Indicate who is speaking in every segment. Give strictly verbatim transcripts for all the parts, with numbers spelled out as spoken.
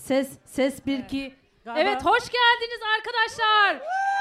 Speaker 1: Ses, ses bir iki. Evet.
Speaker 2: Galiba...
Speaker 1: evet, hoş geldiniz arkadaşlar.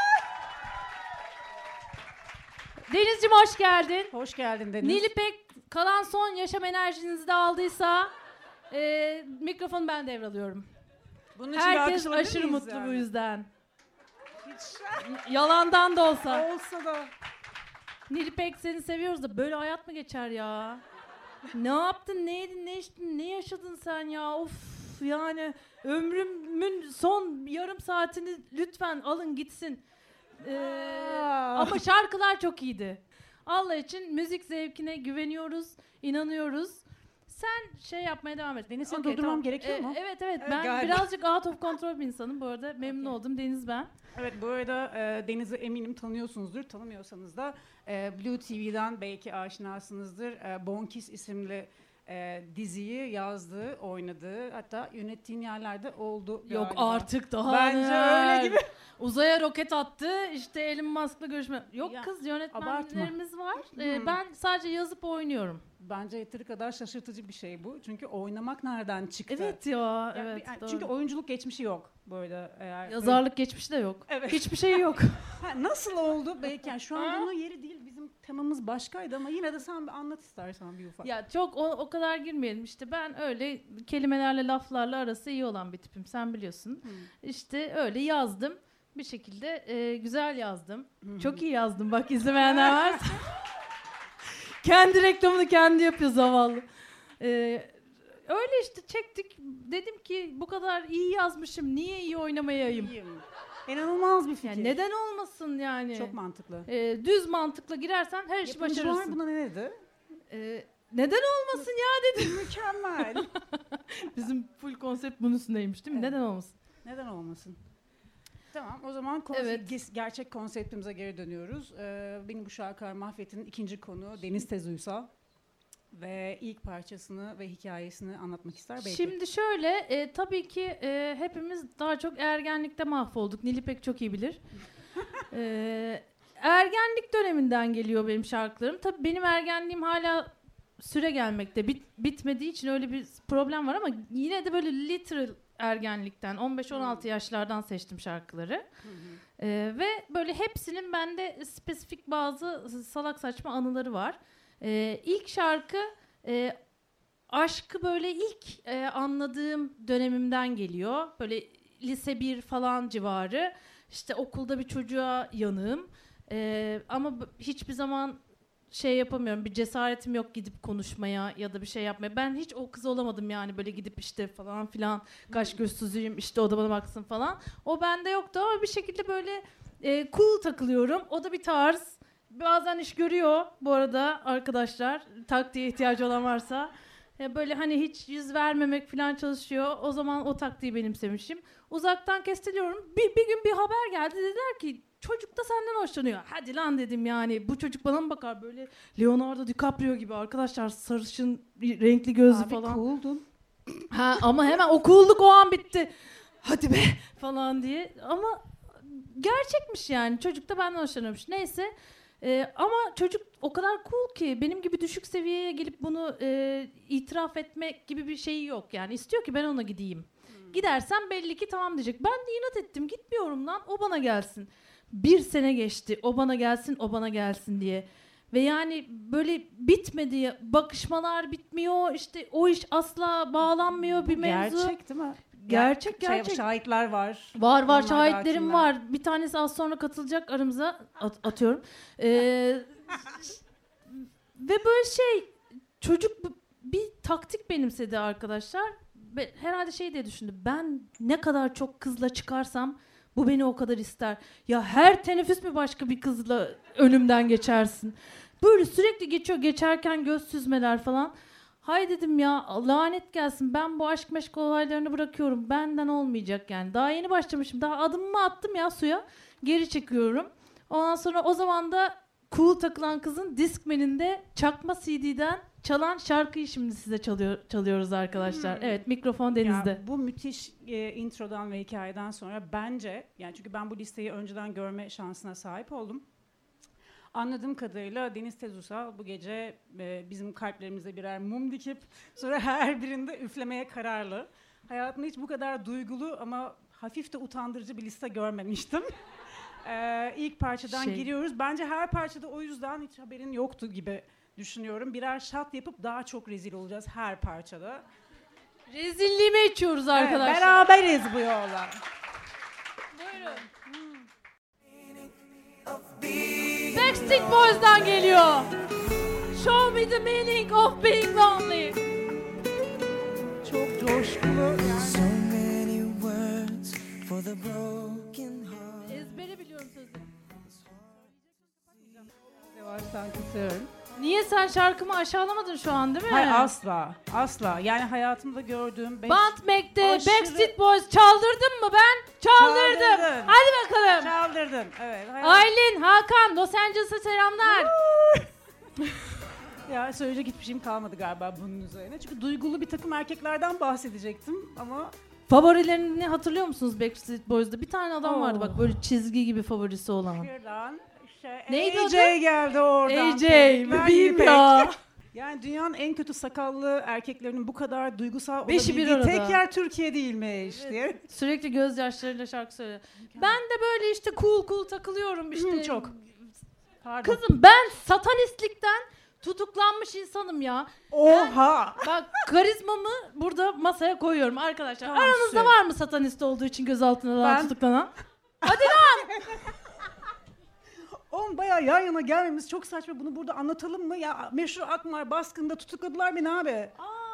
Speaker 1: Denizciğim hoş geldin.
Speaker 2: Hoş geldin Deniz.
Speaker 1: Nilipek kalan son yaşam enerjinizi de aldıysa e, mikrofonu ben devralıyorum.
Speaker 2: Bunun için
Speaker 1: herkes aşırı mutlu
Speaker 2: yani?
Speaker 1: bu yüzden.
Speaker 2: Hiç.
Speaker 1: Yalandan da olsa.
Speaker 2: Olsa da.
Speaker 1: Nilipek seni seviyoruz da böyle hayat mı geçer ya? Ne yaptın, ne yedin, ne içtin, ne yaşadın sen ya? Of yani ömrümün son yarım saatini lütfen alın gitsin. Ee, ama şarkılar çok iyiydi. Allah için müzik zevkine güveniyoruz, inanıyoruz. Sen şey yapmaya devam et.
Speaker 2: Deniz seni
Speaker 1: okay,
Speaker 2: durdurmam
Speaker 1: tamam.
Speaker 2: gerekiyor
Speaker 1: ee,
Speaker 2: mu?
Speaker 1: Evet evet,
Speaker 2: evet
Speaker 1: ben
Speaker 2: galiba.
Speaker 1: birazcık out of control bir insanım bu arada. Memnun okay. oldum. Deniz ben.
Speaker 2: Evet, bu arada e, Deniz'i eminim tanıyorsunuzdur. Tanımıyorsanız da e, Blue T V'den belki aşinasınızdır. E, Bonkis isimli e, diziyi yazdığı, oynadığı, hatta yönettiğin yerlerde oldu galiba.
Speaker 1: Yok artık daha
Speaker 2: Bence
Speaker 1: neler.
Speaker 2: öyle gibi.
Speaker 1: Uzaya roket attı. İşte Elon Musk'la görüşme. Yok ya, kız yönetmenlerimiz
Speaker 2: abartma.
Speaker 1: var. Ee, ben sadece yazıp oynuyorum.
Speaker 2: Bence yeteri kadar şaşırtıcı bir şey bu. Çünkü oynamak nereden çıktı?
Speaker 1: Evet ya.
Speaker 2: Yani
Speaker 1: evet.
Speaker 2: Bir, çünkü oyunculuk geçmişi yok böyle. Eğer
Speaker 1: yazarlık
Speaker 2: öyle...
Speaker 1: geçmişi de yok.
Speaker 2: Evet.
Speaker 1: Hiçbir şey yok.
Speaker 2: Ha, nasıl oldu? Belki yani şu an bunun yeri değil. Bizim temamız başkaydı ama yine de sen bir anlat istersen bir ufak.
Speaker 1: Ya çok o, o kadar girmeyelim. İşte ben öyle kelimelerle laflarla arası iyi olan bir tipim. Sen biliyorsun. Hmm. İşte öyle yazdım. Bir şekilde e, güzel yazdım. Hmm. Çok iyi yazdım. Bak izlemeyenler varsa. Kendi reklamını kendi yapıyor zavallı. Ee, öyle işte çektik. Dedim ki bu kadar iyi yazmışım. Niye iyi oynamayayım?
Speaker 2: İyiyim. İnanılmaz bir fikir.
Speaker 1: Yani neden olmasın yani?
Speaker 2: Çok mantıklı.
Speaker 1: Ee, düz mantıkla girersen her işi başarırsın.
Speaker 2: Yapımcılar buna ne dedi?
Speaker 1: Ee, neden olmasın ya dedim.
Speaker 2: Mükemmel.
Speaker 1: Bizim full konsept bunun üstündeymiş değil mi? Evet. Neden olmasın?
Speaker 2: Neden olmasın? Tamam, o zaman konse- evet. gerçek konseptimize geri dönüyoruz. Ee, benim bu şarkılar Mahvettin'in ikinci konu Deniz Tez Uysal. Ve ilk parçasını ve hikayesini anlatmak ister belki.
Speaker 1: Şimdi şöyle, e, tabii ki e, hepimiz daha çok ergenlikte mahvolduk. Nilipek çok iyi bilir. e, ergenlik döneminden geliyor benim şarkılarım. Tabii benim ergenliğim hala süre gelmekte. Bit, bitmediği için öyle bir problem var ama yine de böyle literal ergenlikten on beş on altı hmm. yaşlardan seçtim şarkıları. Hı hı. Ee, ve böyle hepsinin bende spesifik bazı salak saçma anıları var. Ee, ilk şarkı e, aşkı böyle ilk e, anladığım dönemimden geliyor. Böyle lise bir falan civarı. İşte okulda bir çocuğa yanığım. Ee, ama b- hiçbir zaman şey yapamıyorum, bir cesaretim yok gidip konuşmaya ya da bir şey yapmaya. Ben hiç o kız olamadım yani, böyle gidip işte falan filan kaş göz süzeyim, işte o da bana baksın falan. O bende yoktu ama bir şekilde böyle e, cool takılıyorum. O da bir tarz. Bazen iş görüyor bu arada arkadaşlar. Taktiğe ihtiyacı olan varsa. E, böyle hani hiç yüz vermemek falan çalışıyor. O zaman o taktiği benimsemişim. Uzaktan kestiriyorum. Bir, bir gün bir haber geldi. Dediler ki çocuk da senden hoşlanıyor. Hadi lan dedim yani. Bu çocuk bana mı bakar böyle Leonardo DiCaprio gibi arkadaşlar, sarışın renkli gözlü
Speaker 2: abi
Speaker 1: falan.
Speaker 2: Abi cooldun.
Speaker 1: Ha, ama hemen o cool'luk o an bitti. Hadi be falan diye. Ama gerçekmiş yani. Çocuk da benden hoşlanıyormuş. Neyse. Ee, ama çocuk o kadar cool ki benim gibi düşük seviyeye gelip bunu e, itiraf etmek gibi bir şeyi yok. Yani istiyor ki ben ona gideyim. Hmm. Gidersem belli ki tamam diyecek. Ben de inat ettim. Gitmiyorum lan. O bana gelsin. Bir sene geçti. O bana gelsin, o bana gelsin diye. Ve yani böyle bitmedi. Bakışmalar bitmiyor. İşte o iş asla bağlanmıyor bir mevzu.
Speaker 2: Gerçek değil mi?
Speaker 1: Gerçek gerçek.
Speaker 2: Şey, şahitler var.
Speaker 1: Var var, şahitlerim var. Bir tanesi az sonra katılacak aramıza. At- atıyorum. Ee, ve böyle şey, çocuk bir taktik benimsedi arkadaşlar. Herhalde şey diye düşündü. Ben ne kadar çok kızla çıkarsam bu beni o kadar ister. Ya her teneffüs mü başka bir kızla önümden geçersin? Böyle sürekli geçiyor. Geçerken göz süzmeler falan. Hay dedim ya, lanet gelsin, ben bu aşk meşk olaylarını bırakıyorum. Benden olmayacak yani. Daha yeni başlamışım. Daha adımımı attım ya suya. Geri çekiyorum. Ondan sonra o zaman da cool takılan kızın Discman'inde çakma C D'den çalan şarkıyı şimdi size çalıyor, çalıyoruz arkadaşlar. Hmm. Evet, mikrofon Deniz'de.
Speaker 2: Ya, bu müthiş e, introdan ve hikayeden sonra bence, yani çünkü ben bu listeyi önceden görme şansına sahip oldum. Anladığım kadarıyla Deniz Tez Uysal bu gece e, bizim kalplerimize birer mum dikip sonra her birinde üflemeye kararlı. Hayatımda hiç bu kadar duygulu ama hafif de utandırıcı bir liste görmemiştim. Ee, ilk parçadan
Speaker 1: Şey.
Speaker 2: giriyoruz. Bence her parçada o yüzden hiç haberin yoktu gibi düşünüyorum. Birer şat yapıp daha çok rezil olacağız her parçada.
Speaker 1: Rezilliğime içiyoruz arkadaşlar.
Speaker 2: Evet, beraberiz bu yola.
Speaker 1: Buyurun. Backstreet Boys'dan geliyor. Show me the meaning of being lonely.
Speaker 2: Çok coşkulu.
Speaker 3: So many words for the broken heart.
Speaker 1: Ezbere biliyorum sözü.
Speaker 2: Yavaştan kısıyorum.
Speaker 1: Niye sen şarkımı aşağılamadın şu an değil mi?
Speaker 2: Hayır asla. Asla. Yani hayatımda gördüğüm... beş-
Speaker 1: Band Mac'te
Speaker 2: Aşırı-
Speaker 1: Backstreet Boys çaldırdın mı ben? Çaldırdım.
Speaker 2: Çaldırdın.
Speaker 1: Hadi bakalım.
Speaker 2: Çaldırdın. Evet. hayat-
Speaker 1: Aylin, Hakan, Los Angeles'a selamlar.
Speaker 2: Ya söyleyecek hiçbir şeyim kalmadı galiba bunun üzerine. Çünkü duygulu bir takım erkeklerden bahsedecektim ama...
Speaker 1: Favorilerini hatırlıyor musunuz Backstreet Boys'da? Bir tane adam
Speaker 2: Oo.
Speaker 1: vardı bak böyle çizgi gibi favorisi olan.
Speaker 2: Şuradan işte
Speaker 1: Neydi
Speaker 2: A
Speaker 1: adı?
Speaker 2: J geldi oradan.
Speaker 1: A J,
Speaker 2: Tebrikler
Speaker 1: bebeğim
Speaker 2: İpek.
Speaker 1: ya.
Speaker 2: Yani dünyanın en kötü sakallı erkeklerinin bu kadar duygusal
Speaker 1: Beşi bir
Speaker 2: olabildiği
Speaker 1: arada.
Speaker 2: tek yer Türkiye değilmiş diye.
Speaker 1: Sürekli gözyaşlarıyla şarkı söylüyor. Ben de böyle işte cool cool takılıyorum işte.
Speaker 2: Hı, çok. Pardon.
Speaker 1: Kızım ben satanistlikten tutuklanmış insanım ya.
Speaker 2: Oha!
Speaker 1: Bak karizmamı burada masaya koyuyorum arkadaşlar.
Speaker 2: Tamam,
Speaker 1: Aranızda
Speaker 2: söyle.
Speaker 1: var mı satanist olduğu için gözaltına
Speaker 2: Ben-
Speaker 1: tutuklanan?
Speaker 2: Oğlum bayağı yan yana gelmemiz çok saçma. Bunu burada anlatalım mı? Ya meşhur Akmar baskında tutukladılar beni abi.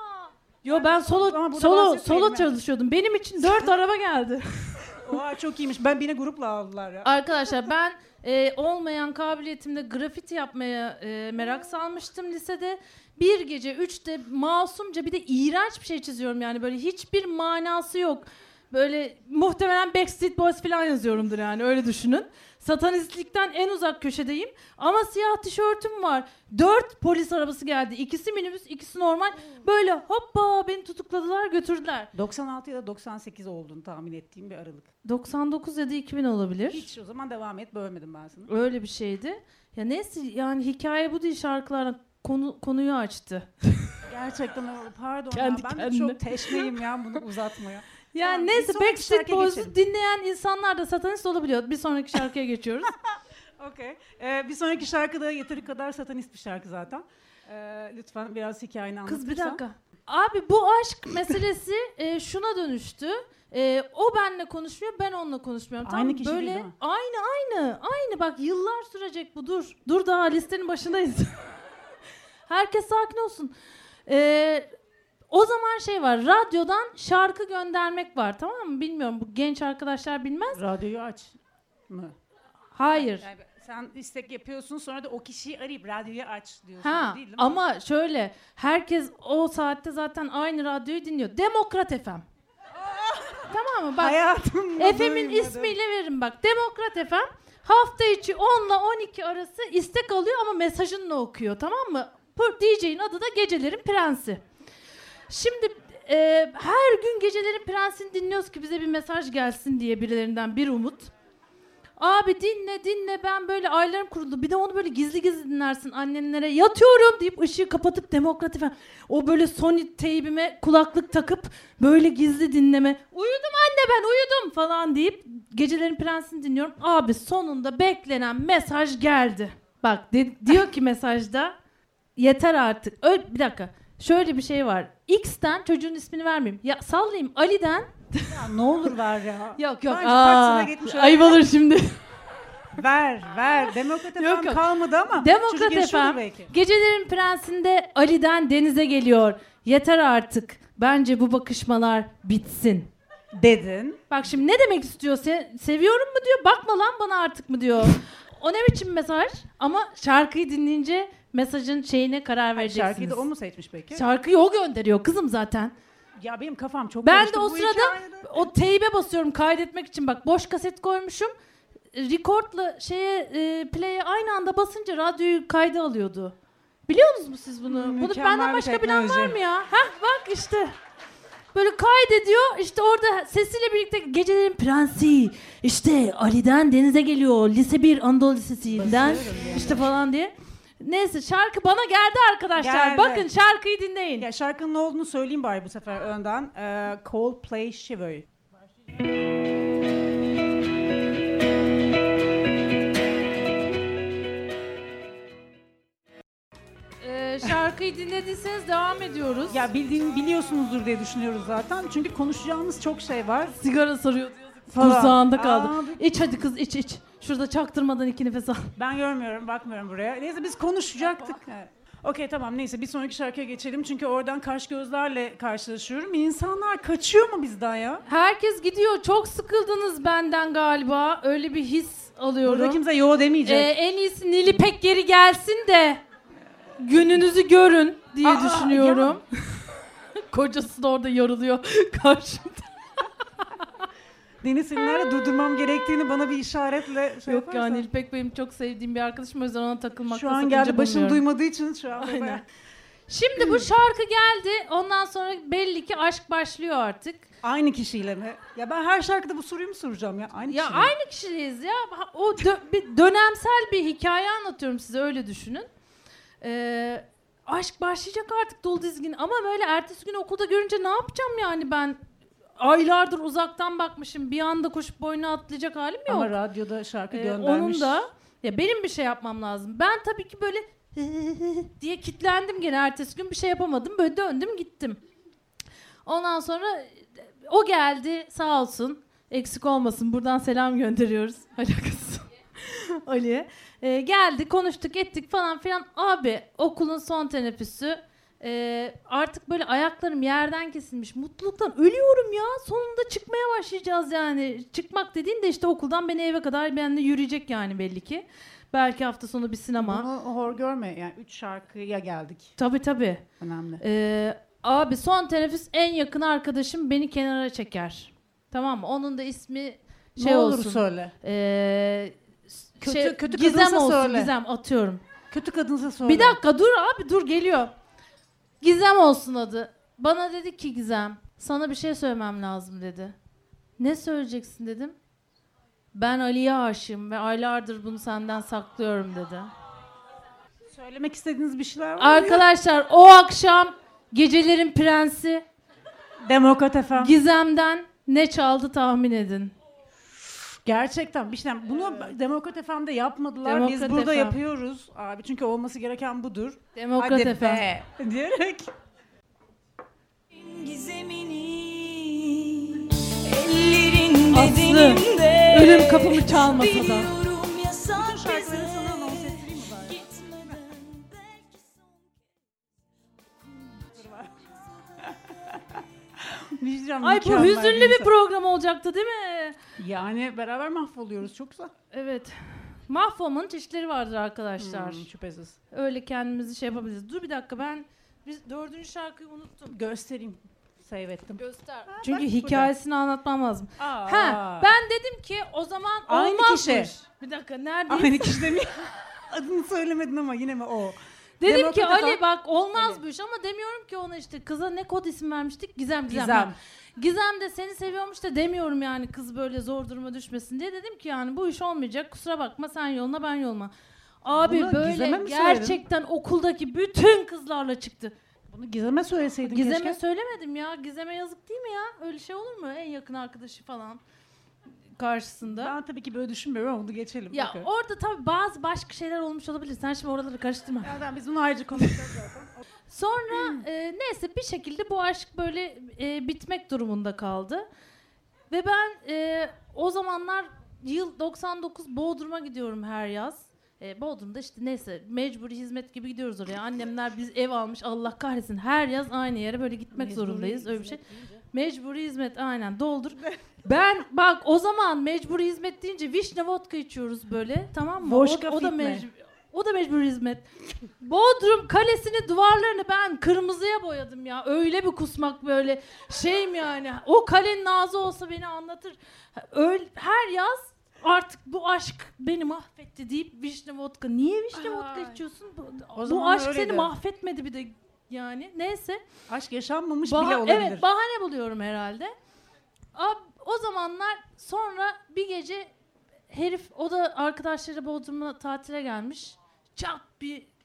Speaker 1: Yo ben solo
Speaker 2: Ama burada
Speaker 1: solo
Speaker 2: bahsetmeyelim
Speaker 1: solo
Speaker 2: yani.
Speaker 1: çalışıyordum. Benim için dört araba geldi.
Speaker 2: Oha çok iyiymiş. Ben beni grupla aldılar ya.
Speaker 1: Arkadaşlar ben e, olmayan kabiliyetimle grafiti yapmaya e, merak salmıştım lisede. Bir gece üçte masumca bir de iğrenç bir şey çiziyorum yani böyle hiçbir manası yok. Böyle muhtemelen Backstreet Boys falan yazıyorumdur yani öyle düşünün. Satanistlikten en uzak köşedeyim ama siyah tişörtüm var. Dört polis arabası geldi. İkisi minibüs, ikisi normal. Böyle hoppa beni tutukladılar götürdüler.
Speaker 2: doksan altı ya da doksan sekiz olduğunu tahmin ettiğim bir aralık.
Speaker 1: doksan dokuz ya da iki bin olabilir.
Speaker 2: Hiç o zaman devam et. Bölmedim ben sana.
Speaker 1: Öyle bir şeydi. Ya neyse yani hikaye bu değil şarkılarla konu, konuyu açtı.
Speaker 2: Gerçekten öyle. Pardon
Speaker 1: Kendi
Speaker 2: ya. Ben de
Speaker 1: kendine.
Speaker 2: çok teşneyim ya bunu uzatmaya.
Speaker 1: Yani
Speaker 2: Tamam,
Speaker 1: neyse
Speaker 2: bir sonraki
Speaker 1: Backstreet
Speaker 2: şarkıya
Speaker 1: Boys'u
Speaker 2: geçelim.
Speaker 1: dinleyen insanlar da satanist olabiliyor. Bir sonraki şarkıya geçiyoruz.
Speaker 2: Okey. Ee, bir sonraki şarkı da yeteri kadar satanist bir şarkı zaten. Ee, lütfen biraz hikayeni anlatırsan.
Speaker 1: Kız bir dakika. Abi bu aşk meselesi e, şuna dönüştü. E, o benimle konuşmuyor, ben onunla konuşmuyorum.
Speaker 2: Aynı
Speaker 1: Tamam,
Speaker 2: kişi
Speaker 1: böyle
Speaker 2: değil, değil mi?
Speaker 1: aynı aynı aynı bak yıllar sürecek bu dur. Dur daha listenin başındayız. Herkes sakin olsun. E, o zaman şey var. Radyodan şarkı göndermek var, tamam mı? Bilmiyorum bu genç arkadaşlar bilmez.
Speaker 2: Radyoyu aç mı?
Speaker 1: Hayır.
Speaker 2: Yani sen istek yapıyorsun sonra da o kişiyi arayıp radyoyu aç diyorsun
Speaker 1: Ha
Speaker 2: değil, değil mi?
Speaker 1: ama şöyle herkes o saatte zaten aynı radyoyu dinliyor. Demokrat F M. Tamam mı? Bak
Speaker 2: Hayatımda
Speaker 1: F M'in
Speaker 2: duymadım.
Speaker 1: ismiyle verin bak. Demokrat F M hafta içi on ile on iki arası istek alıyor ama mesajını okuyor, tamam mı? Bu D J'in adı da Gecelerin Prensi. Şimdi e, her gün Gecelerin Prensi'ni dinliyoruz ki bize bir mesaj gelsin diye birilerinden bir umut. Abi dinle dinle ben böyle aylarım kuruldu. Bir de onu böyle gizli gizli dinlersin annenlere. Yatıyorum deyip ışığı kapatıp Demokrat F M. O böyle Sony teybime kulaklık takıp böyle gizli dinleme. Uyudum anne ben uyudum falan deyip Gecelerin Prensi'ni dinliyorum. Abi sonunda beklenen mesaj geldi. Bak de- diyor ki mesajda yeter artık. Öyle, bir dakika. Şöyle bir şey var. X'ten çocuğun ismini vermeyeyim. Ya sallayayım Ali'den.
Speaker 2: Ya ne olur ver ya.
Speaker 1: Yok yok.
Speaker 2: Bence kaç sene
Speaker 1: Aa,
Speaker 2: geçmiş öyle.
Speaker 1: ayıp olur şimdi.
Speaker 2: Ver ver. Demokrat
Speaker 1: Yok,
Speaker 2: efendim
Speaker 1: yok.
Speaker 2: kalmadı ama
Speaker 1: Demokrat
Speaker 2: çocuk yaşıyordur
Speaker 1: F M
Speaker 2: belki.
Speaker 1: Gecelerin Prensi'nde Ali'den Deniz'e geliyor. Yeter artık. Bence bu bakışmalar bitsin.
Speaker 2: Dedin.
Speaker 1: Bak şimdi ne demek istiyor? Se- seviyorum mu diyor. Bakma lan bana artık mı diyor. O ne biçim mesaj? Ama şarkıyı dinleyince mesajın şeyine karar vereceksiniz.
Speaker 2: Şarkıyı da o mu seçmiş peki?
Speaker 1: Şarkıyı o gönderiyor kızım zaten.
Speaker 2: Ya benim kafam çok
Speaker 1: Ben
Speaker 2: karıştı.
Speaker 1: de o
Speaker 2: Bu
Speaker 1: sırada
Speaker 2: hikayede-
Speaker 1: o teybe basıyorum kaydetmek için. Bak boş kaset koymuşum. Record'la şeye e, play'e aynı anda basınca radyoyu kayda alıyordu. Biliyor musunuz siz bunu? Bunu
Speaker 2: Mükemmel
Speaker 1: benden
Speaker 2: bir
Speaker 1: başka bilen var
Speaker 2: teknoloji.
Speaker 1: mı ya? Hah bak işte. Böyle kaydediyor. İşte orada sesiyle birlikte Gecelerin Prensi. İşte Ali'den Deniz'e geliyor. Lise bir Anadolu Lisesi'nden.
Speaker 2: Basıyorum yani.
Speaker 1: İşte falan diye. Neyse şarkı bana geldi arkadaşlar.
Speaker 2: Geldi.
Speaker 1: Bakın şarkıyı dinleyin.
Speaker 2: Ya şarkının ne olduğunu söyleyeyim bari bu sefer önden. Ee, Coldplay Shiver.
Speaker 1: Ee, şarkıyı dinlediyseniz devam ediyoruz.
Speaker 2: Ya bildiğin biliyorsunuzdur diye düşünüyoruz zaten. Çünkü konuşacağımız çok şey var.
Speaker 1: Sigara sarıyordu.
Speaker 2: Falan.
Speaker 1: Kursağında kaldı.
Speaker 2: Aa,
Speaker 1: İç hadi kız iç iç. Şurada çaktırmadan iki nefes al.
Speaker 2: Ben görmüyorum, bakmıyorum buraya. Neyse biz konuşacaktık. Evet. Okey tamam neyse bir sonraki şarkıya geçelim. Çünkü oradan kaş gözlerle karşılaşıyorum. İnsanlar kaçıyor mu bizden ya?
Speaker 1: Herkes gidiyor. Çok sıkıldınız benden galiba. Öyle bir his alıyorum.
Speaker 2: Burada kimse yo
Speaker 1: Ee,
Speaker 2: demeyecek.
Speaker 1: en iyisi Nilipek geri gelsin de gününüzü görün diye
Speaker 2: Aa,
Speaker 1: düşünüyorum. Kocası da orada yoruluyor karşımda.
Speaker 2: Deniz senin nerede durdurmam gerektiğini bana bir işaretle şey
Speaker 1: Yok
Speaker 2: yaparsan.
Speaker 1: ya Nilipek benim çok sevdiğim bir arkadaşım. O yüzden ona takılmakta
Speaker 2: Şu an
Speaker 1: sakınca
Speaker 2: geldi başım
Speaker 1: bulmuyorum.
Speaker 2: duymadığı için şu an.
Speaker 1: Aynen. Şimdi bu şarkı geldi. Ondan sonra belli ki aşk başlıyor artık.
Speaker 2: Aynı kişiyle mi? Ya ben her şarkıda bu soruyu mu soracağım ya? Aynı
Speaker 1: Ya
Speaker 2: kişiyle mi?
Speaker 1: aynı kişiyiz ya. Ha- O dö- bir dönemsel bir hikaye anlatıyorum size, öyle düşünün. Ee, aşk başlayacak artık dolu dizgin ama böyle ertesi gün okulda görünce ne yapacağım yani ben? Aylardır uzaktan bakmışım. Bir anda koşup boynuna atlayacak halim yok.
Speaker 2: Ama radyoda şarkı
Speaker 1: Ee,
Speaker 2: göndermiş.
Speaker 1: onun da ya benim bir şey yapmam lazım. Ben tabii ki böyle diye kitlendim gene, ertesi gün bir şey yapamadım. Böyle döndüm gittim. Ondan sonra o geldi sağ olsun. Eksik olmasın. Buradan selam gönderiyoruz. Alakası. Ali'ye. Ee, geldi konuştuk ettik falan filan. Abi okulun son teneffüsü. Ee, artık böyle ayaklarım yerden kesilmiş. Mutluluktan ölüyorum ya. Sonunda çıkmaya başlayacağız yani. Çıkmak dediğin de işte okuldan beni eve kadar benimle yürüyecek yani belli ki. Belki hafta sonu bir sinema.
Speaker 2: Bunu hor görme. Yani üç şarkıya geldik.
Speaker 1: Tabii tabii.
Speaker 2: Önemli.
Speaker 1: Ee, abi son teneffüs en yakın arkadaşım beni kenara çeker. Tamam mı? Onun da ismi şey
Speaker 2: ne olur
Speaker 1: olsun.
Speaker 2: söyle.
Speaker 1: Ee,
Speaker 2: Kötü-
Speaker 1: şey,
Speaker 2: kötü
Speaker 1: Gizem
Speaker 2: kadınsa
Speaker 1: olsun.
Speaker 2: söyle.
Speaker 1: Gizem atıyorum.
Speaker 2: Kötü kadınsa söyle.
Speaker 1: Bir dakika dur abi dur geliyor. Gizem olsun adı. Bana dedi ki Gizem sana bir şey söylemem lazım dedi. Ne söyleyeceksin dedim. Ben Ali'ye aşığım ve aylardır bunu senden saklıyorum dedi.
Speaker 2: Söylemek istediğiniz bir şeyler var mı?
Speaker 1: Arkadaşlar o akşam Gecelerin Prensi
Speaker 2: Demokrat efendim.
Speaker 1: Gizem'den ne çaldı tahmin edin.
Speaker 2: Gerçekten bir şey. Bunu Demokrat F M'de yapmadılar. Biz
Speaker 1: Demokrat
Speaker 2: burada
Speaker 1: F M.
Speaker 2: yapıyoruz abi. Çünkü olması gereken budur.
Speaker 1: Demokrat
Speaker 2: Hadi
Speaker 1: efendim.
Speaker 2: be diyerek.
Speaker 3: Gizemini ellerin
Speaker 1: Aslı,
Speaker 3: bedenimde
Speaker 1: ölüm kapımı çalmasa da.
Speaker 3: biliyorum yasak
Speaker 2: Bütün şarkıları
Speaker 3: bize
Speaker 2: sana anons ettireyim mi bari?
Speaker 3: gitmeden belki
Speaker 2: Diyeceğim,
Speaker 1: Ay bu
Speaker 2: mükemmel
Speaker 1: hüzünlü bir
Speaker 2: insan.
Speaker 1: program olacaktı değil mi?
Speaker 2: Yani beraber mahvoluyoruz. Çok güzel.
Speaker 1: Evet. Mahvolmanın çeşitleri vardır arkadaşlar.
Speaker 2: Hmm, şüphesiz.
Speaker 1: Öyle kendimizi şey yapabiliriz. Dur bir dakika ben biz dördüncü şarkıyı unuttum.
Speaker 2: Göstereyim. Save ettim.
Speaker 1: Göster. Çünkü
Speaker 2: bak
Speaker 1: hikayesini anlatmam lazım.
Speaker 2: Aa.
Speaker 1: Ha, ben dedim ki o zaman
Speaker 2: Aynı
Speaker 1: olmazmış.
Speaker 2: kişi.
Speaker 1: Bir dakika neredeyim?
Speaker 2: Aynı kişi de mi? Adını söylemedin ama yine mi o?
Speaker 1: Dedim
Speaker 2: Demokrat
Speaker 1: ki Ali
Speaker 2: efendim.
Speaker 1: bak olmaz
Speaker 2: Ali.
Speaker 1: bu iş ama demiyorum ki ona işte kıza ne kod isim vermiştik? Gizem Gizem.
Speaker 2: Gizem.
Speaker 1: Ha. Gizem de seni seviyormuş da demiyorum yani kız böyle zor duruma düşmesin diye. Dedim ki yani bu iş olmayacak, kusura bakma sen yoluna ben yoluma. Abi
Speaker 2: Bunu
Speaker 1: böyle
Speaker 2: Gizem'e mi söyledin?
Speaker 1: gerçekten okuldaki bütün kızlarla çıktı.
Speaker 2: Bunu Gizem'e söyleseydin
Speaker 1: Gizem'e
Speaker 2: keşke.
Speaker 1: söylemedim ya. Gizem'e yazık değil mi ya? Öyle şey olur mu? En yakın arkadaşı falan karşısında.
Speaker 2: Ben tabii ki böyle düşünmüyorum ama bunu geçelim.
Speaker 1: Ya
Speaker 2: Okey.
Speaker 1: orada tabii bazı başka şeyler olmuş olabilir. Sen şimdi oraları karıştırma.
Speaker 2: Ya tamam, biz bunu ayrıca konuşacağız zaten.
Speaker 1: Sonra e, neyse bir şekilde bu aşk böyle e, bitmek durumunda kaldı. Ve ben e, o zamanlar yıl doksan dokuz Bodrum'a gidiyorum her yaz. E, Bodrum'da işte neyse mecburi hizmet gibi gidiyoruz oraya. Annemler biz ev almış, Allah kahretsin. Her yaz aynı yere böyle gitmek
Speaker 2: Mecburi
Speaker 1: zorundayız. Öyle bir şey.
Speaker 2: hizmet deyince.
Speaker 1: Mecburi hizmet aynen doldur. Ben bak o zaman mecburi hizmet deyince vişne vodka içiyoruz böyle, tamam mı?
Speaker 2: Voşka
Speaker 1: o, o da
Speaker 2: fitne.
Speaker 1: mecbur. O da mecburi hizmet. Bodrum kalesini, duvarlarını ben kırmızıya boyadım ya. Öyle bir kusmak böyle şeyim yani. O kalenin ağzı olsa beni anlatır. Öyle, her yaz artık bu aşk beni mahvetti deyip vişne vodka. Niye vişne
Speaker 2: Ay.
Speaker 1: vodka içiyorsun? Bu,
Speaker 2: O
Speaker 1: bu
Speaker 2: zaman
Speaker 1: aşk
Speaker 2: öyleydi.
Speaker 1: seni mahvetmedi bir de yani. Neyse.
Speaker 2: Aşk yaşanmamış
Speaker 1: Baha-
Speaker 2: bile olabilir.
Speaker 1: Evet, bahane buluyorum herhalde. Ab, o zamanlar sonra bir gece herif, o da arkadaşları Bodrum'a tatile gelmiş. Çat bir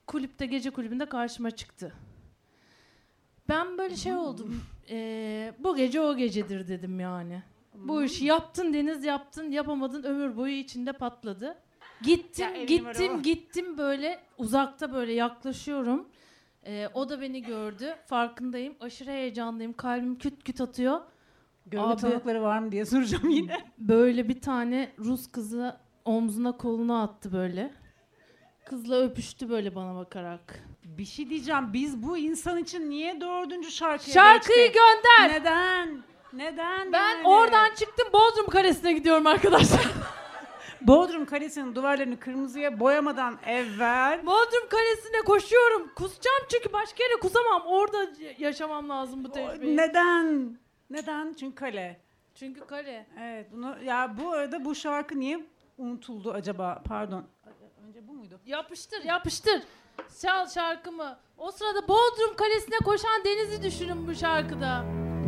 Speaker 1: kulüpte, gece kulübünde karşıma çıktı. Ben böyle şey oldum. Ee, bu gece o gecedir dedim yani. Bu işi yaptın Deniz, yaptın, yapamadın, ömür boyu içinde patladı. Gittim,
Speaker 2: Ya,
Speaker 1: gittim, gittim böyle uzakta böyle yaklaşıyorum. Ee, o da beni gördü. Farkındayım. Aşırı heyecanlıyım. Kalbim küt küt atıyor.
Speaker 2: Görgü
Speaker 1: Abi-
Speaker 2: tanıkları var mı diye soracağım yine.
Speaker 1: Böyle bir tane Rus kızı omzuna kolunu attı böyle. Kızla öpüştü böyle bana bakarak.
Speaker 2: Bir şey diyeceğim. Biz bu insan için niye dördüncü şarkıya
Speaker 1: Şarkıyı
Speaker 2: geçtik?
Speaker 1: gönder.
Speaker 2: Neden? Neden
Speaker 1: Ben
Speaker 2: yani?
Speaker 1: oradan çıktım, Bodrum Kalesi'ne gidiyorum arkadaşlar.
Speaker 2: Bodrum Kalesi'nin duvarlarını kırmızıya boyamadan evvel
Speaker 1: Bodrum Kalesi'ne koşuyorum. Kusacağım çünkü başka yere kusamam. Orada yaşamam lazım bu
Speaker 2: O-
Speaker 1: tecrübeyi.
Speaker 2: neden? Neden? Çünkü kale.
Speaker 1: Çünkü kale.
Speaker 2: Evet, bunu ya bu arada bu şarkı niye unutuldu acaba? Pardon. Önce bu muydu?
Speaker 1: Yapıştır, yapıştır. Çal şarkımı. O sırada Bodrum Kalesi'ne koşan Deniz'i düşünün bu şarkıda.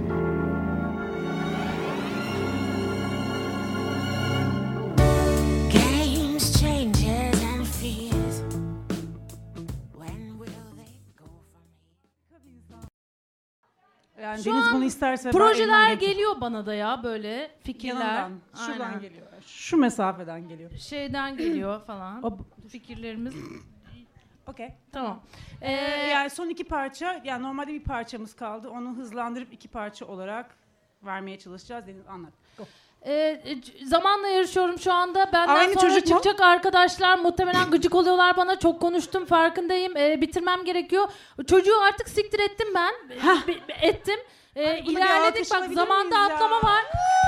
Speaker 3: Games, changes, and fears. When will they go from here?
Speaker 2: Yani
Speaker 1: Şu
Speaker 2: Deniz
Speaker 1: an
Speaker 2: bunu isterse ben
Speaker 1: Projeler
Speaker 2: elimden getir-
Speaker 1: geliyor bana da ya böyle fikirler.
Speaker 2: yanından, şuradan
Speaker 1: Aynen.
Speaker 2: geliyor. Şu mesafeden geliyor.
Speaker 1: Şeyden geliyor falan.
Speaker 2: Hop.
Speaker 1: Fikirlerimiz.
Speaker 2: Okey.
Speaker 1: Tamam.
Speaker 2: Ee,
Speaker 1: Ee,
Speaker 2: yani son iki parça, yani normalde bir parçamız kaldı. Onu hızlandırıp iki parça olarak vermeye çalışacağız. Deniz anlat. Go.
Speaker 1: Ee, c- zamanla yarışıyorum şu anda. Benden
Speaker 2: Aynı
Speaker 1: sonra
Speaker 2: çocuk mu?
Speaker 1: çıkacak arkadaşlar muhtemelen gıcık oluyorlar bana. Çok konuştum, farkındayım. Ee, bitirmem gerekiyor. Çocuğu artık siktir ettim ben.
Speaker 2: Hah.
Speaker 1: Bi- bi- ettim. Ee,
Speaker 2: Ay, buna bir
Speaker 1: ilerledik
Speaker 2: alkış
Speaker 1: bak,
Speaker 2: alabilir
Speaker 1: zamanda
Speaker 2: miyiz ya?
Speaker 1: atlama var.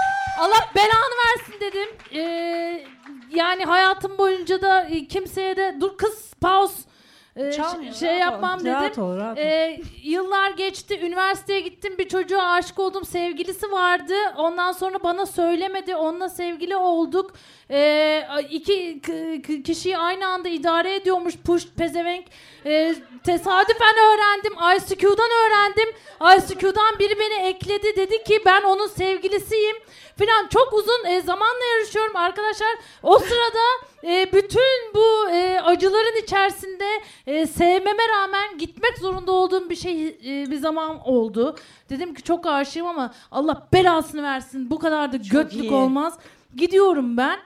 Speaker 1: Allah belanı versin dedim. Ee, yani hayatım boyunca da e, kimseye de dur kız pause. Ee,
Speaker 2: Çalmıyor,
Speaker 1: ş- şey
Speaker 2: rahat ol.
Speaker 1: yapmam
Speaker 2: Rahat
Speaker 1: dedim.
Speaker 2: ol, rahat ol.
Speaker 1: Ee, yıllar geçti. Üniversiteye gittim. Bir çocuğa aşık oldum. Sevgilisi vardı. Ondan sonra bana söylemedi. Onunla sevgili olduk. Ee, iki k- k- kişiyi aynı anda idare ediyormuş. Push pezevenk. Ee, tesadüfen öğrendim. I C Q'dan öğrendim. I C Q'dan biri beni ekledi. Dedi ki ben onun sevgilisiyim. Falan çok uzun e, zamanla yarışıyorum arkadaşlar. O sırada e, bütün bu e, acıların içerisinde e, sevmeme rağmen gitmek zorunda olduğum bir şey e, bir zaman oldu. Dedim ki çok aşığım ama Allah belasını versin. Bu kadar da götlük
Speaker 2: iyi.
Speaker 1: olmaz. Gidiyorum ben.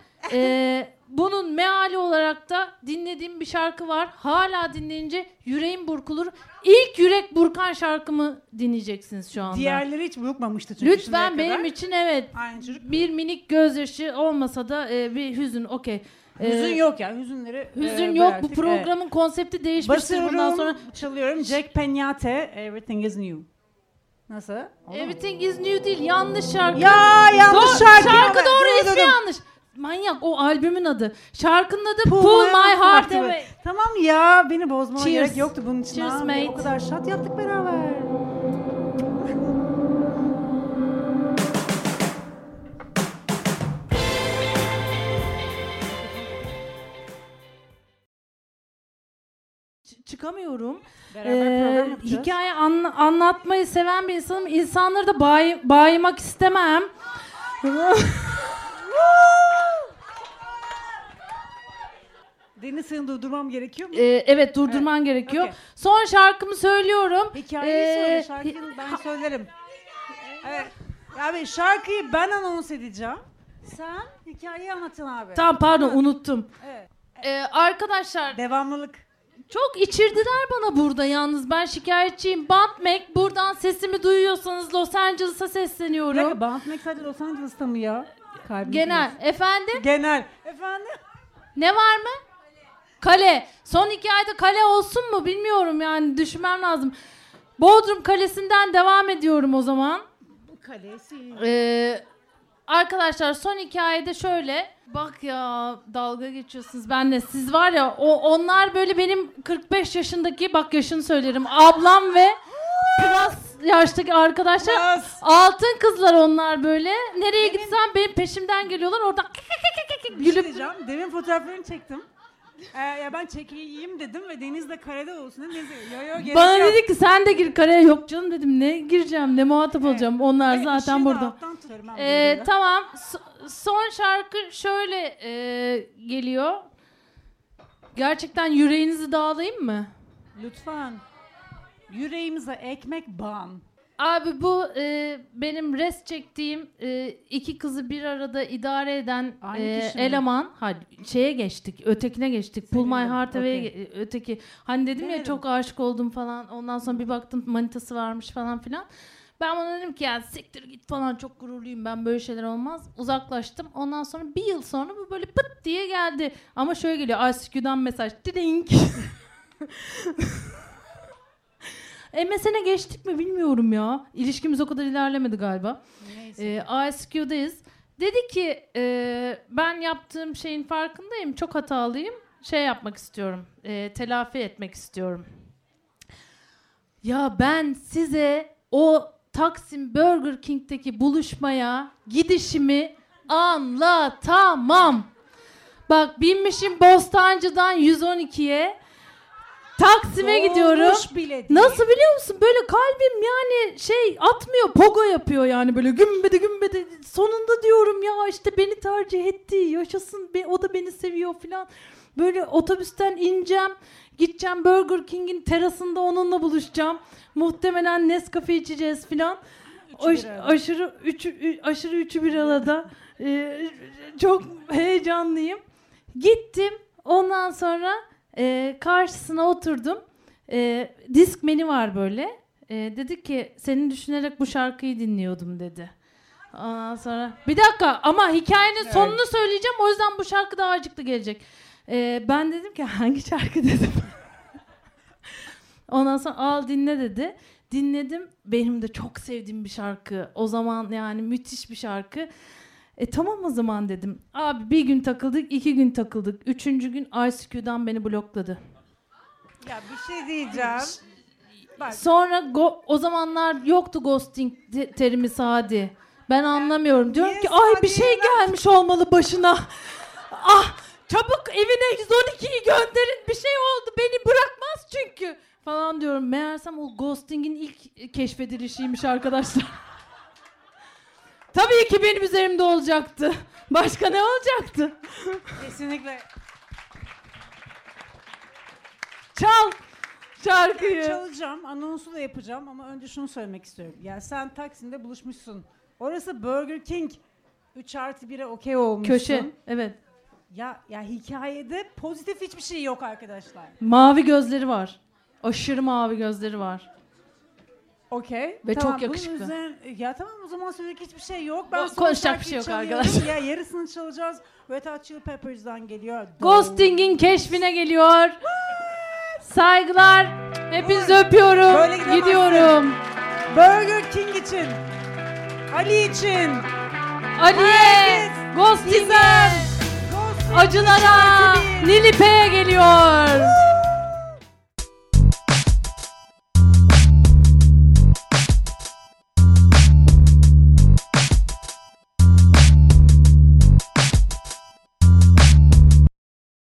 Speaker 1: E, bunun meali olarak da dinlediğim bir şarkı var. Hala dinleyince yüreğim burkulur. İlk yürek burkan şarkımı dinleyeceksiniz şu anda.
Speaker 2: Diğerleri hiç burkmamıştı çünkü şimdiye
Speaker 1: Lütfen benim
Speaker 2: kadar.
Speaker 1: için evet.
Speaker 2: Aynı çocuk.
Speaker 1: Bir minik gözyaşı olmasa da e, bir hüzün okey. E,
Speaker 2: Hüzün yok yani, hüzünleri
Speaker 1: Hüzün
Speaker 2: e,
Speaker 1: yok.
Speaker 2: bıraktık.
Speaker 1: Bu programın konsepti değişmiştir
Speaker 2: Basıyorum,
Speaker 1: bundan sonra.
Speaker 2: çalıyorum. Jack Peñate, Everything is New. Nasıl? Oldu mu?
Speaker 1: Everything is new değil. Yanlış şarkı.
Speaker 2: Ya yanlış
Speaker 1: Do-
Speaker 2: şarkı.
Speaker 1: Şarkı
Speaker 2: ama
Speaker 1: doğru,
Speaker 2: ben
Speaker 1: ismi
Speaker 2: durdum.
Speaker 1: yanlış. Manyak, o albümün adı. Şarkının adı Pull,
Speaker 2: Pull
Speaker 1: My
Speaker 2: My
Speaker 1: Heart
Speaker 2: Heart
Speaker 1: Away.
Speaker 2: Tamam ya, beni bozmama
Speaker 1: Cheers.
Speaker 2: gerek yoktu bunun için.
Speaker 1: Cheers,
Speaker 2: abi.
Speaker 1: mate.
Speaker 2: O kadar şat yaptık beraber.
Speaker 1: Ç- çıkamıyorum.
Speaker 2: Beraber
Speaker 1: Ee,
Speaker 2: program yapacağız.
Speaker 1: hikaye an- anlatmayı seven bir insanım. İnsanları da bay- baymak istemem.
Speaker 2: Deniz, seni durdurmam gerekiyor mu?
Speaker 1: Ee, evet durdurman gerekiyor.
Speaker 2: okey.
Speaker 1: Son şarkımı söylüyorum.
Speaker 2: Hikayeyi
Speaker 1: Ee,
Speaker 2: söyle, şarkıyı ben söylerim. Evet. Abi şarkıyı ben anons edeceğim. Sen hikayeyi anlatın abi.
Speaker 1: Tamam pardon unuttum.
Speaker 2: Evet.
Speaker 1: Ee, arkadaşlar
Speaker 2: Devamlılık.
Speaker 1: çok içirdiler bana burada yalnız. Ben şikayetçiyim. Bantmek, buradan sesimi duyuyorsanız Los Angeles'a
Speaker 2: Bir
Speaker 1: sesleniyorum.
Speaker 2: dakika, Bantmek sadece Los Angeles'ta mı ya? Kalbim
Speaker 1: Genel. Efendim?
Speaker 2: kırılsın. Genel. Efendim?
Speaker 1: Ne var mı? Kale. Son iki ayda kale olsun mu bilmiyorum yani, düşünmem lazım. Bodrum Kalesi'nden devam ediyorum o zaman.
Speaker 2: Kalesi.
Speaker 1: Ee, arkadaşlar son hikayede şöyle. Bak ya, dalga geçiyorsunuz benimle. Siz var ya, o onlar böyle benim kırk beş yaşındaki, bak yaşını söylerim, ablam ve plus yaştaki arkadaşlar.
Speaker 2: Biraz.
Speaker 1: Altın kızlar onlar böyle. Nereye gitsem benim peşimden geliyorlar. Oradan
Speaker 2: Bir şey
Speaker 1: gülüp
Speaker 2: diyeceğim. Demin fotoğraflarını çektim. Ee, ya ben çekeyim dedim ve Deniz de karede olsun dedim. Deniz de, yo yo gerek
Speaker 1: bana
Speaker 2: yok.
Speaker 1: dedi ki sen de gir kareye. Yok canım dedim, ne gireceğim, ne muhatap olacağım, onlar
Speaker 2: Evet,
Speaker 1: zaten
Speaker 2: ışığı da
Speaker 1: burada.
Speaker 2: alttan tutarım ben
Speaker 1: Ee,
Speaker 2: Deniz'e.
Speaker 1: tamam, So- son şarkı şöyle e, geliyor. Gerçekten yüreğinizi dağılayım mı?
Speaker 2: Lütfen. Yüreğimize ekmek ban.
Speaker 1: Abi bu e, benim res çektiğim e, iki kızı bir arada idare eden
Speaker 2: Aynı
Speaker 1: e,
Speaker 2: kişi mi?
Speaker 1: eleman. Hadi şeye geçtik, ötekine geçtik. Pull My
Speaker 2: Sevindim,
Speaker 1: Heart Away
Speaker 2: okey.
Speaker 1: ge- öteki. Hani dedim ya
Speaker 2: Denedim.
Speaker 1: çok aşık oldum falan. Ondan sonra bir baktım manitası varmış falan filan. Ben bana dedim ki ya siktir git falan, çok gururluyum ben, böyle şeyler olmaz. Uzaklaştım. Ondan sonra bir yıl sonra bu böyle pıt diye geldi. Ama şöyle geliyor, I C Q'dan mesaj. Ding. M S N'e geçtik mi bilmiyorum ya. İlişkimiz o kadar ilerlemedi galiba.
Speaker 2: Neyse.
Speaker 1: Ee, I C Q'dayız. Dedi ki e, ben yaptığım şeyin farkındayım. Çok hatalıyım. Şey yapmak istiyorum. E, telafi etmek istiyorum. Ya ben size o Taksim Burger King'deki buluşmaya gidişimi anlatamam. Bak binmişim Bostancı'dan yüz on ikiye. Taksim'e gidiyorum.
Speaker 2: Dolmuş bile değil.
Speaker 1: Nasıl biliyor musun? Böyle kalbim yani şey atmıyor, pogo yapıyor yani, böyle gümbede gümbede. Sonunda diyorum ya işte beni tercih etti, yaşasın, be, o da beni seviyor falan. Böyle otobüsten ineceğim, gideceğim Burger King'in terasında onunla buluşacağım. Muhtemelen Nescafe içeceğiz falan. Aş, aşırı üçü, aşırı üçü bir arada. Ee, çok heyecanlıyım. Gittim, ondan sonra e, karşısına oturdum. E, Discman'i var böyle. E, dedi ki seni düşünerek bu şarkıyı dinliyordum dedi. Ondan sonra bir dakika ama hikayenin
Speaker 2: Evet.
Speaker 1: sonunu söyleyeceğim, o yüzden bu şarkı daha acıklı gelecek. E, ben dedim ki hangi şarkı dedim. Ondan sonra al dinle dedi. Dinledim. Benim de çok sevdiğim bir şarkı. O zaman yani müthiş bir şarkı. E tamam o zaman dedim. Abi bir gün takıldık, iki gün takıldık. Üçüncü gün I C Q'dan beni blokladı.
Speaker 2: Ya bir şey diyeceğim. Bak.
Speaker 1: Sonra go- o zamanlar yoktu ghosting te- terimi Sadi. Ben anlamıyorum. Diyorum
Speaker 2: niye
Speaker 1: ki ay bir
Speaker 2: Sadi'ye
Speaker 1: şey
Speaker 2: ben-
Speaker 1: gelmiş olmalı başına. Ah çabuk evine yüz on ikiyi gönderin. Bir şey oldu, beni bırakmaz çünkü. Falan diyorum. Meğersem o ghosting'in ilk keşfedilişiymiş arkadaşlar. Tabii ki benim üzerimde olacaktı. Başka ne olacaktı?
Speaker 2: Kesinlikle.
Speaker 1: Çal şarkıyı.
Speaker 2: Çalacağım, anonsu da yapacağım ama önce şunu söylemek istiyorum. Yani sen Taksim'de buluşmuşsun. Orası Burger King. üç artı bire okey olmuşsun.
Speaker 1: Köşe. Evet.
Speaker 2: Ya ya hikayede pozitif hiçbir şey yok arkadaşlar.
Speaker 1: Mavi gözleri var. Aşırı mavi gözleri var.
Speaker 2: Okey.
Speaker 1: Ve
Speaker 2: tamam,
Speaker 1: çok yakışıklı.
Speaker 2: bunun üzerine- ya tamam o zaman söyleyecek hiçbir şey yok. Ben
Speaker 1: Ko-
Speaker 2: son
Speaker 1: konuşacak bir
Speaker 2: şarkıyı
Speaker 1: şey yok
Speaker 2: çalıyorum.
Speaker 1: arkadaşlar.
Speaker 2: Ya yarısını çalacağız. Red Hot Chili Peppers'dan geliyor.
Speaker 1: Ghosting'in keşfine geliyor. Saygılar. Hepinizi öpüyorum.
Speaker 2: Böyle gidemezsin.
Speaker 1: Gidiyorum.
Speaker 2: Burger King için. Ali için.
Speaker 1: Ali'ye,
Speaker 2: Herkes,
Speaker 1: Ghosting'e,
Speaker 2: Gizem, Ghosting
Speaker 1: acılara,
Speaker 2: üç artı bir.
Speaker 1: Nilipe'ye geliyor.